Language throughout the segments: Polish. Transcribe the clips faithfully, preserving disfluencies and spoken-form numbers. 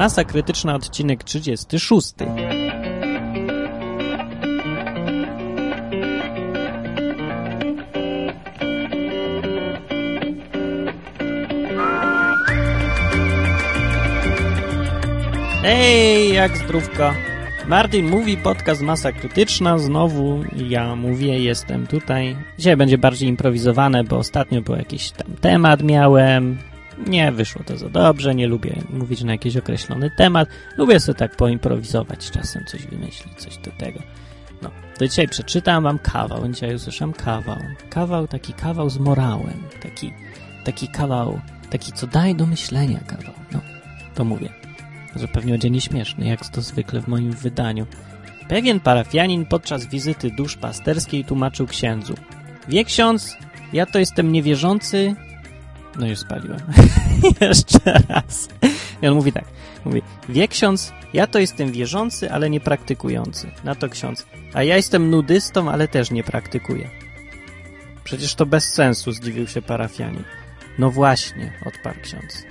Masa Krytyczna, odcinek trzydziesty szósty. Ej, jak zdrówko. Martin mówi, podcast Masa Krytyczna, znowu ja mówię, jestem tutaj. Dzisiaj będzie bardziej improwizowane, bo ostatnio był jakiś tam temat miałem. Nie wyszło to za dobrze, nie lubię mówić na jakiś określony temat. Lubię sobie tak poimprowizować, czasem coś wymyślić, coś do tego. No, to dzisiaj przeczytam wam kawał, dzisiaj usłyszałem kawał. Kawał, taki kawał z morałem, taki, taki kawał, taki co daje do myślenia kawał. No, to mówię. Że pewnie będzie nieśmieszny, jak to zwykle w moim wydaniu. Pewien parafianin podczas wizyty duszpasterskiej tłumaczył księdzu: wie ksiądz, ja to jestem niewierzący. No już spaliłem. Jeszcze raz. I on mówi tak. Mówi: wie ksiądz, ja to jestem wierzący, ale nie praktykujący. Na to ksiądz: a ja jestem nudystą, ale też nie praktykuję. Przecież to bez sensu, zdziwił się parafianin. No właśnie, odparł ksiądz.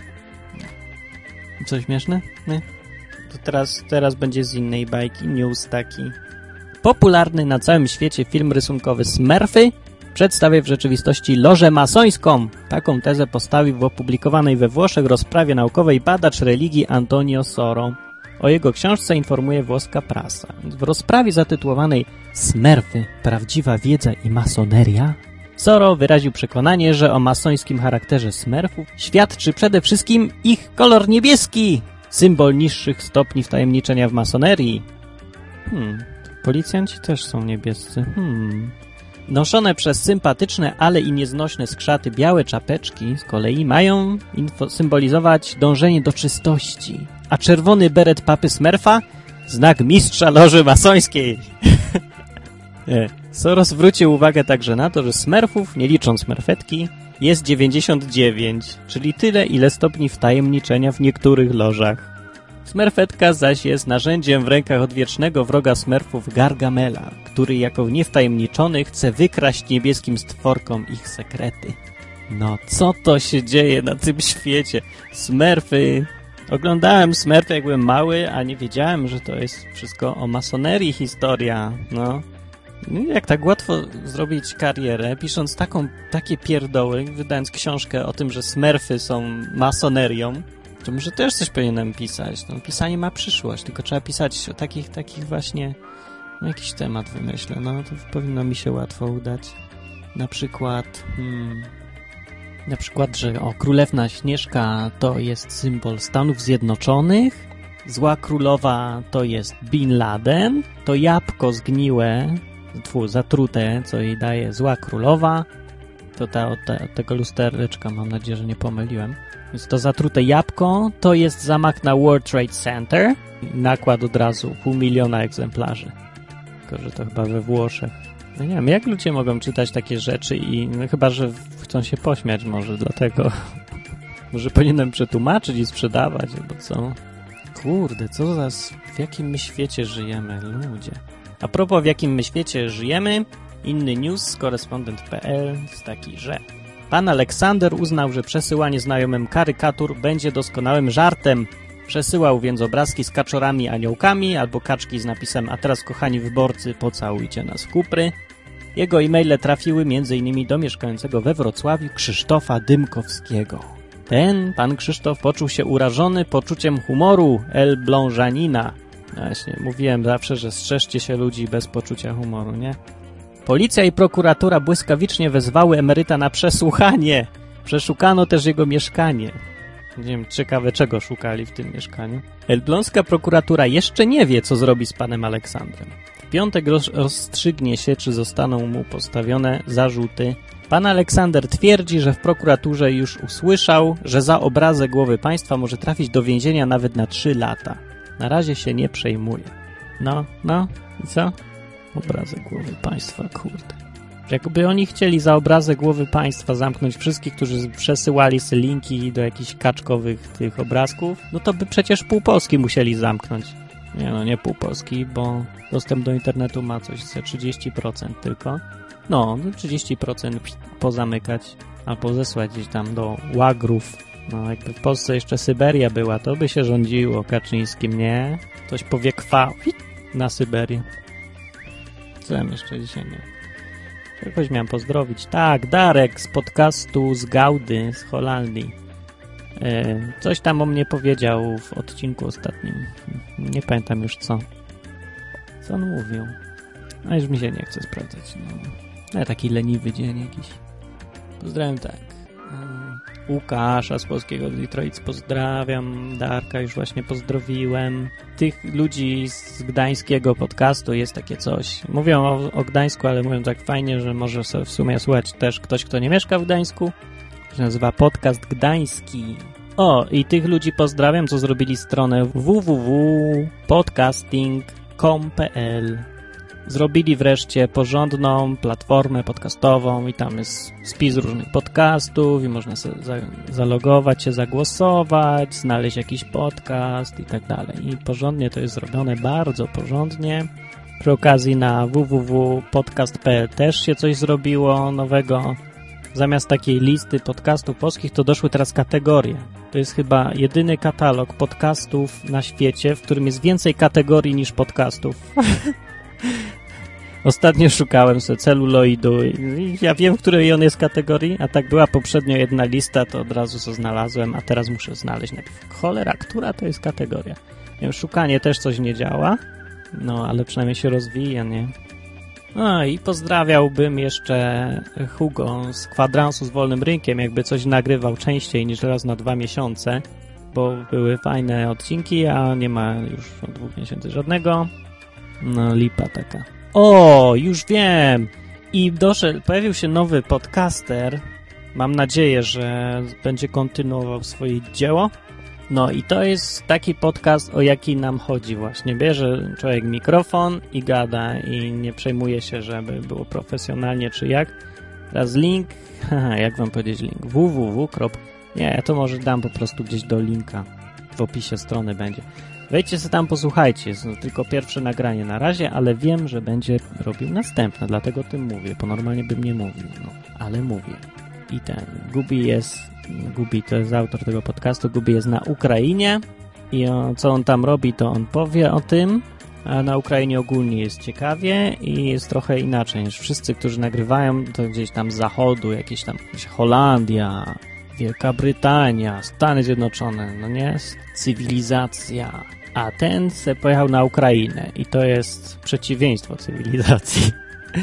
Coś śmieszne? Nie? To teraz, teraz będzie z innej bajki, news taki. Popularny na całym świecie film rysunkowy Smurfy przedstawia w rzeczywistości lożę masońską. Taką tezę postawił w opublikowanej we Włoszech rozprawie naukowej badacz religii Antonio Soro. O jego książce informuje włoska prasa. W rozprawie zatytułowanej Smurfy, prawdziwa wiedza i masoneria Soro wyraził przekonanie, że o masońskim charakterze Smurfów świadczy przede wszystkim ich kolor niebieski, symbol niższych stopni wtajemniczenia w masonerii. Hmm, policjanci też są niebiescy. Hmm. Noszone przez sympatyczne, ale i nieznośne skrzaty białe czapeczki z kolei mają info- symbolizować dążenie do czystości, a czerwony beret papy Smurfa znak mistrza loży masońskiej. Soro zwrócił uwagę także na to, że Smurfów, nie licząc Smurfetki, jest dziewięćdziesiąt dziewięć, czyli tyle, ile stopni wtajemniczenia w niektórych lożach. Smurfetka zaś jest narzędziem w rękach odwiecznego wroga Smurfów Gargamela, który jako niewtajemniczony chce wykraść niebieskim stworkom ich sekrety. No, co to się dzieje na tym świecie? Smurfy... Oglądałem Smurfy, jak byłem mały, a nie wiedziałem, że to jest wszystko o masonerii historia, no. Jak tak łatwo zrobić karierę, pisząc taką, takie pierdoły, wydając książkę o tym, że Smurfy są masonerią, to może też coś powinienem pisać. No, pisanie ma przyszłość, tylko trzeba pisać o takich, takich właśnie, no jakiś temat wymyślę, no to powinno mi się łatwo udać. Na przykład, hmm, na przykład, że o, Królewna Śnieżka to jest symbol Stanów Zjednoczonych, Zła Królowa to jest Bin Laden, to jabłko zgniłe, Tfu, zatrute, co jej daje Zła Królowa, to ta, od, te, od tego lustereczka, mam nadzieję, że nie pomyliłem. Więc to zatrute jabłko to jest zamach na World Trade Center. Nakład od razu pół miliona egzemplarzy. Tylko, że to chyba we Włoszech. No nie wiem, jak ludzie mogą czytać takie rzeczy i no, chyba, że chcą się pośmiać może, dlatego może powinienem przetłumaczyć i sprzedawać, albo co? Kurde, co za... w jakim my świecie żyjemy, ludzie? A propos, w jakim my świecie żyjemy, inny news z korespondent kropka pe el jest taki, że pan Aleksander uznał, że przesyłanie znajomym karykatur będzie doskonałym żartem. Przesyłał więc obrazki z kaczorami aniołkami albo kaczki z napisem: a teraz, kochani wyborcy, pocałujcie nas w kupry. Jego e-maile trafiły między innymi do mieszkającego we Wrocławiu Krzysztofa Dymkowskiego. Ten pan Krzysztof poczuł się urażony poczuciem humoru Elblążanina. Właśnie, mówiłem zawsze, że strzeżcie się ludzi bez poczucia humoru, nie? Policja i prokuratura błyskawicznie wezwały emeryta na przesłuchanie. Przeszukano też jego mieszkanie. Nie wiem, ciekawe czego szukali w tym mieszkaniu. Elbląska prokuratura jeszcze nie wie, co zrobi z panem Aleksandrem. W piątek roz- rozstrzygnie się, czy zostaną mu postawione zarzuty. Pan Aleksander twierdzi, że w prokuraturze już usłyszał, że za obrazę głowy państwa może trafić do więzienia nawet na trzy lata. Na razie się nie przejmuje. No, no, i co? Obrazę głowy państwa, kurde. Jakby oni chcieli za obrazę głowy państwa zamknąć wszystkich, którzy przesyłali sobie linki do jakichś kaczkowych tych obrazków, no to by przecież pół Polski musieli zamknąć. Nie no, nie pół Polski, bo dostęp do internetu ma coś ze trzydzieści procent tylko. No, trzydzieści procent pozamykać, albo zesłać gdzieś tam do łagrów No, jakby w Polsce jeszcze Syberia była, to by się rządziło Kaczyńskim, nie? Ktoś powie kwa na Syberię. Co ja jeszcze dzisiaj nie? Jakoś miałem pozdrowić. Tak, Darek z podcastu z Gaudy, z Holandii. Yy, coś tam o mnie powiedział w odcinku ostatnim. Nie pamiętam już co. Co on mówił? No już mi się nie chce sprawdzać. No. No, taki leniwy dzień jakiś. Pozdrawiam tak. Łukasza z Polskiego Detroit pozdrawiam. Darka już właśnie pozdrowiłem. Tych ludzi z gdańskiego podcastu jest takie coś. Mówią o, o Gdańsku, ale mówią tak fajnie, że może sobie w sumie słuchać też ktoś, kto nie mieszka w Gdańsku. To się nazywa Podcast Gdański. O, i tych ludzi pozdrawiam, co zrobili stronę w w w kropka podcasting kropka com kropka p l. Zrobili wreszcie porządną platformę podcastową i tam jest spis różnych podcastów i można sobie za, zalogować się, zagłosować, znaleźć jakiś podcast i tak dalej. I porządnie to jest zrobione, bardzo porządnie. Przy okazji na w w w kropka podcast kropka p l też się coś zrobiło nowego. Zamiast takiej listy podcastów polskich to doszły teraz kategorie. To jest chyba jedyny katalog podcastów na świecie, w którym jest więcej kategorii niż podcastów. Ostatnio szukałem sobie celuloidu i ja wiem, w której on jest kategorii, a tak była poprzednio jedna lista, to od razu co znalazłem, a teraz muszę znaleźć najpierw. Cholera, która to jest kategoria? Nie wiem, szukanie też coś nie działa, no ale przynajmniej się rozwija, nie? No i pozdrawiałbym jeszcze Hugo z Kwadransu z Wolnym Rynkiem, jakby coś nagrywał częściej niż raz na dwa miesiące, bo były fajne odcinki, a nie ma już od dwóch miesięcy żadnego. No lipa taka. O, już wiem! I doszedł, pojawił się nowy podcaster. Mam nadzieję, że będzie kontynuował swoje dzieło. No i to jest taki podcast, o jaki nam chodzi właśnie. Bierze człowiek mikrofon i gada i nie przejmuje się, żeby było profesjonalnie czy jak. Teraz link, haha, jak wam powiedzieć link? w w w. Nie, ja to może dam po prostu gdzieś do linka. W opisie strony będzie. Wejdźcie sobie tam, posłuchajcie. Jest no tylko pierwsze nagranie na razie, ale wiem, że będzie robił następne, dlatego o tym mówię, bo normalnie bym nie mówił, no, ale mówię. I ten, Gubi jest, Gubi to jest autor tego podcastu, Gubi jest na Ukrainie i on, co on tam robi, to on powie o tym, a na Ukrainie ogólnie jest ciekawie i jest trochę inaczej niż wszyscy, którzy nagrywają, to gdzieś tam z zachodu, jakieś tam jakieś Holandia, Wielka Brytania, Stany Zjednoczone, no nie? Cywilizacja. A ten se pojechał na Ukrainę i to jest przeciwieństwo cywilizacji.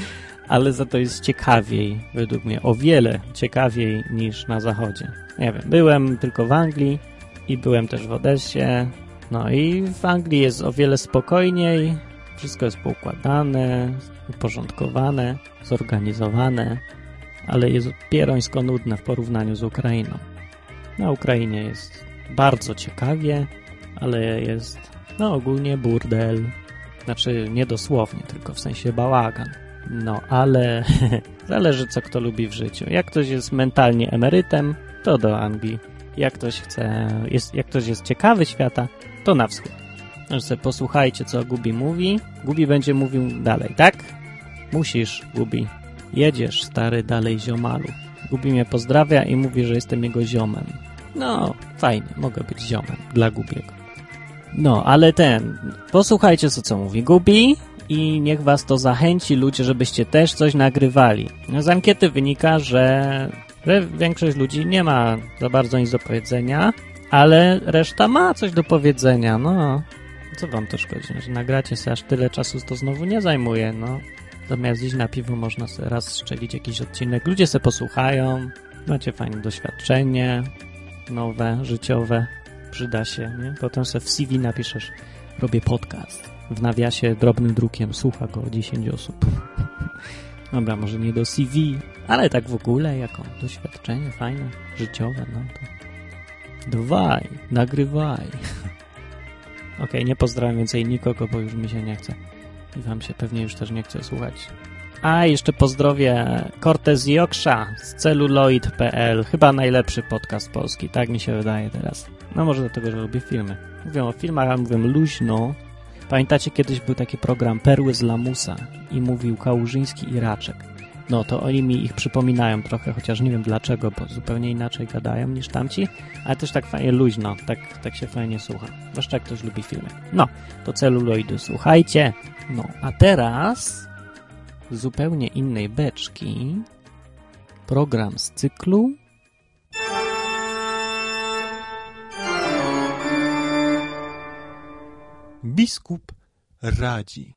Ale za to jest ciekawiej, według mnie, o wiele ciekawiej niż na zachodzie. Nie wiem, byłem tylko w Anglii i byłem też w Odessie. No i w Anglii jest o wiele spokojniej, wszystko jest poukładane, uporządkowane, zorganizowane, ale jest pierońsko nudne w porównaniu z Ukrainą. Na Ukrainie jest bardzo ciekawie, ale jest no ogólnie burdel. Znaczy nie dosłownie, tylko w sensie bałagan. No, ale zależy co kto lubi w życiu. Jak ktoś jest mentalnie emerytem, to do Anglii. Jak ktoś chce, jest, jak ktoś jest ciekawy świata, to na wschód. No, sobie posłuchajcie co Gubi mówi. Gubi będzie mówił dalej, tak? Musisz, Gubi. Jedziesz, stary, dalej ziomalu. Gubi mnie pozdrawia i mówi, że jestem jego ziomem. No, fajnie, mogę być ziomem dla Gubiego. No, ale ten, posłuchajcie co, co mówi Gubi i niech was to zachęci, ludzie, żebyście też coś nagrywali. No, z ankiety wynika, że, że większość ludzi nie ma za bardzo nic do powiedzenia, ale reszta ma coś do powiedzenia, no. Co wam to szkodzi, że nagracie sobie aż tyle czasu, to znowu nie zajmuje, no. Zamiast iść na piwo można sobie raz strzelić jakiś odcinek. Ludzie se posłuchają, macie fajne doświadczenie, nowe, życiowe, przyda się, nie? Potem se w C V napiszesz, robię podcast. W nawiasie drobnym drukiem słucha go dziesięć osób. Dobra, może nie do C V, ale tak w ogóle jako doświadczenie fajne, życiowe, no to dawaj, nagrywaj. Okej, okay, nie pozdrawiam więcej nikogo, bo już mi się nie chce. I wam się pewnie już też nie chce słuchać. A jeszcze pozdrowię Cortez Joksza z celuloid kropka p l. Chyba najlepszy podcast polski, tak mi się wydaje teraz. No może dlatego, że lubię filmy. Mówią o filmach, a mówią luźno. Pamiętacie, kiedyś był taki program Perły z Lamusa i mówił Kałużyński i Raczek. no to oni mi ich przypominają trochę, chociaż nie wiem dlaczego, bo zupełnie inaczej gadają niż tamci, ale też tak fajnie luźno, tak, tak się fajnie słucha. Zwłaszcza jak ktoś lubi filmy. No, to celuloidu, słuchajcie. No, a teraz z zupełnie innej beczki program z cyklu Biskup radzi.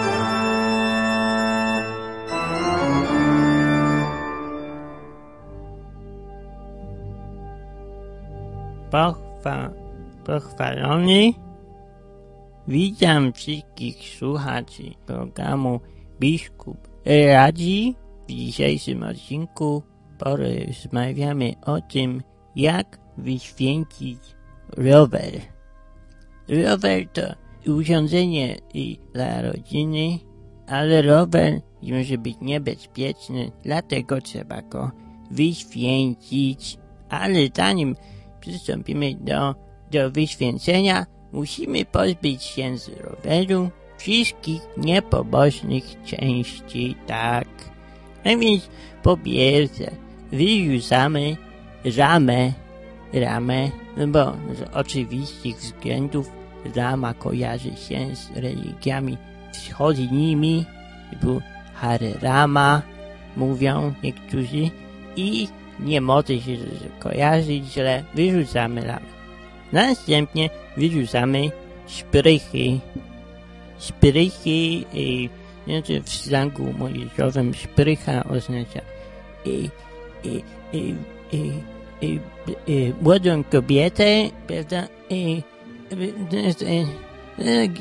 Pochwa, pochwalony. Witam wszystkich słuchaczy programu Biskup radzi. W dzisiejszym odcinku porozmawiamy o tym, jak wyświęcić rower. Rower to urządzenie dla rodziny, ale rower może być niebezpieczny, dlatego trzeba go wyświęcić. Ale zanim przystąpimy do, do wyświęcenia, musimy pozbyć się z roweru wszystkich niepobożnych części, tak. A więc po pierwsze wyrzucamy ramę, ramę, no bo z oczywistych względów rama kojarzy się z religiami wschodnimi, typu Hare Rama, mówią niektórzy, i nie może się kojarzyć źle, wyrzucamy ramę. Następnie wyrzucamy szprychy. Szprychy, y, znaczy w slangu młodzieżowym szprycha oznacza y, y, y, y, y, y, młodą kobietę, prawda? Y, y, y, y,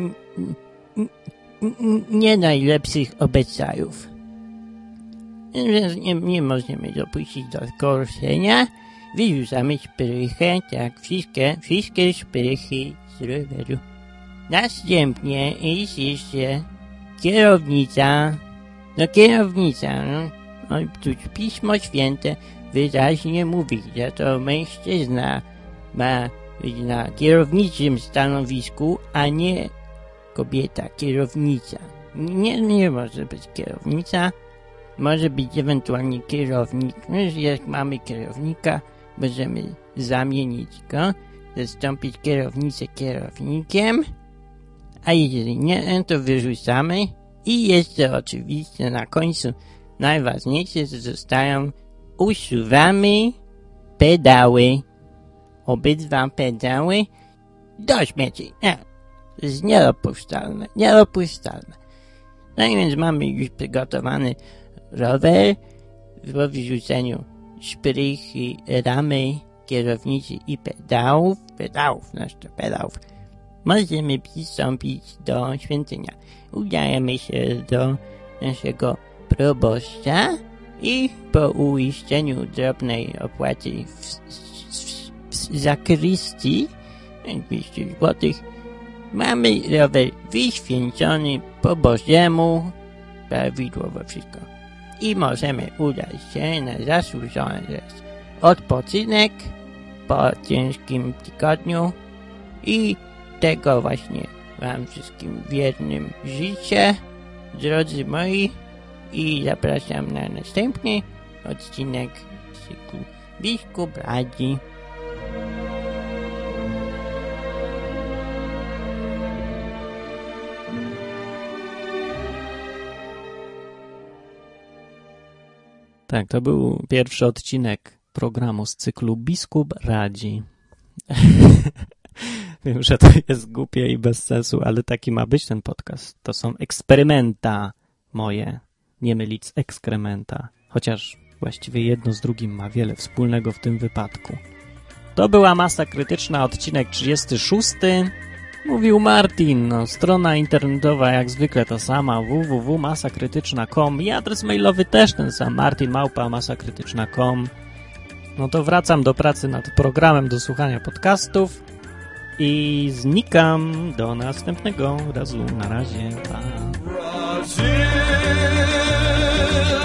nie najlepszych obyczajów. Więc nie, nie możemy dopuścić do zgorszenia. Wyrzucamy szprychę, tak, wszystkie, wszystkie szprychy z roweru. Następnie jest jeszcze kierownica. No kierownica, no. No tu Pismo Święte wyraźnie mówi, że to mężczyzna ma być na kierowniczym stanowisku, a nie kobieta, kierownica. Nie, nie może być kierownica. Może być ewentualnie kierownik. No, jak mamy kierownika, możemy zamienić go, zastąpić kierownicę kierownikiem, a jeżeli nie, to wyrzucamy. I jeszcze oczywiście na końcu najważniejsze, że zostają, usuwamy pedały. Obydwa pedały do śmieci. Nie, to jest niedopuszczalne, niedopuszczalne. No i więc mamy już przygotowany rower po wyrzuceniu szprychy, ramy, kierownicy i pedałów, pedałów, znaczy pedałów, możemy przystąpić do święcenia. Udajemy się do naszego proboszcza i po uiszczeniu drobnej opłaty w, w, w zakrystii, dwieście złotych, mamy rower wyświęcony po Bożemu, prawidłowo wszystko. I możemy udać się na zasłużony odpoczynek po ciężkim tygodniu i tego właśnie wam wszystkim wiernym życzę, drodzy moi, i zapraszam na następny odcinek cyklu Biskup radzi. Tak, to był pierwszy odcinek programu z cyklu Biskup radzi. Wiem, że to jest głupie i bez sensu, ale taki ma być ten podcast. To są eksperymenta moje, nie mylić z ekskrementa. Chociaż właściwie jedno z drugim ma wiele wspólnego w tym wypadku. To była Masa Krytyczna, odcinek trzydziesty szósty. Mówił Martin, no, strona internetowa jak zwykle ta sama, w w w kropka masakrytyczna kropka com i adres mailowy też ten sam, martin małpa masakrytyczna kropka com. No to wracam do pracy nad programem do słuchania podcastów i znikam do następnego razu. Na razie, pa.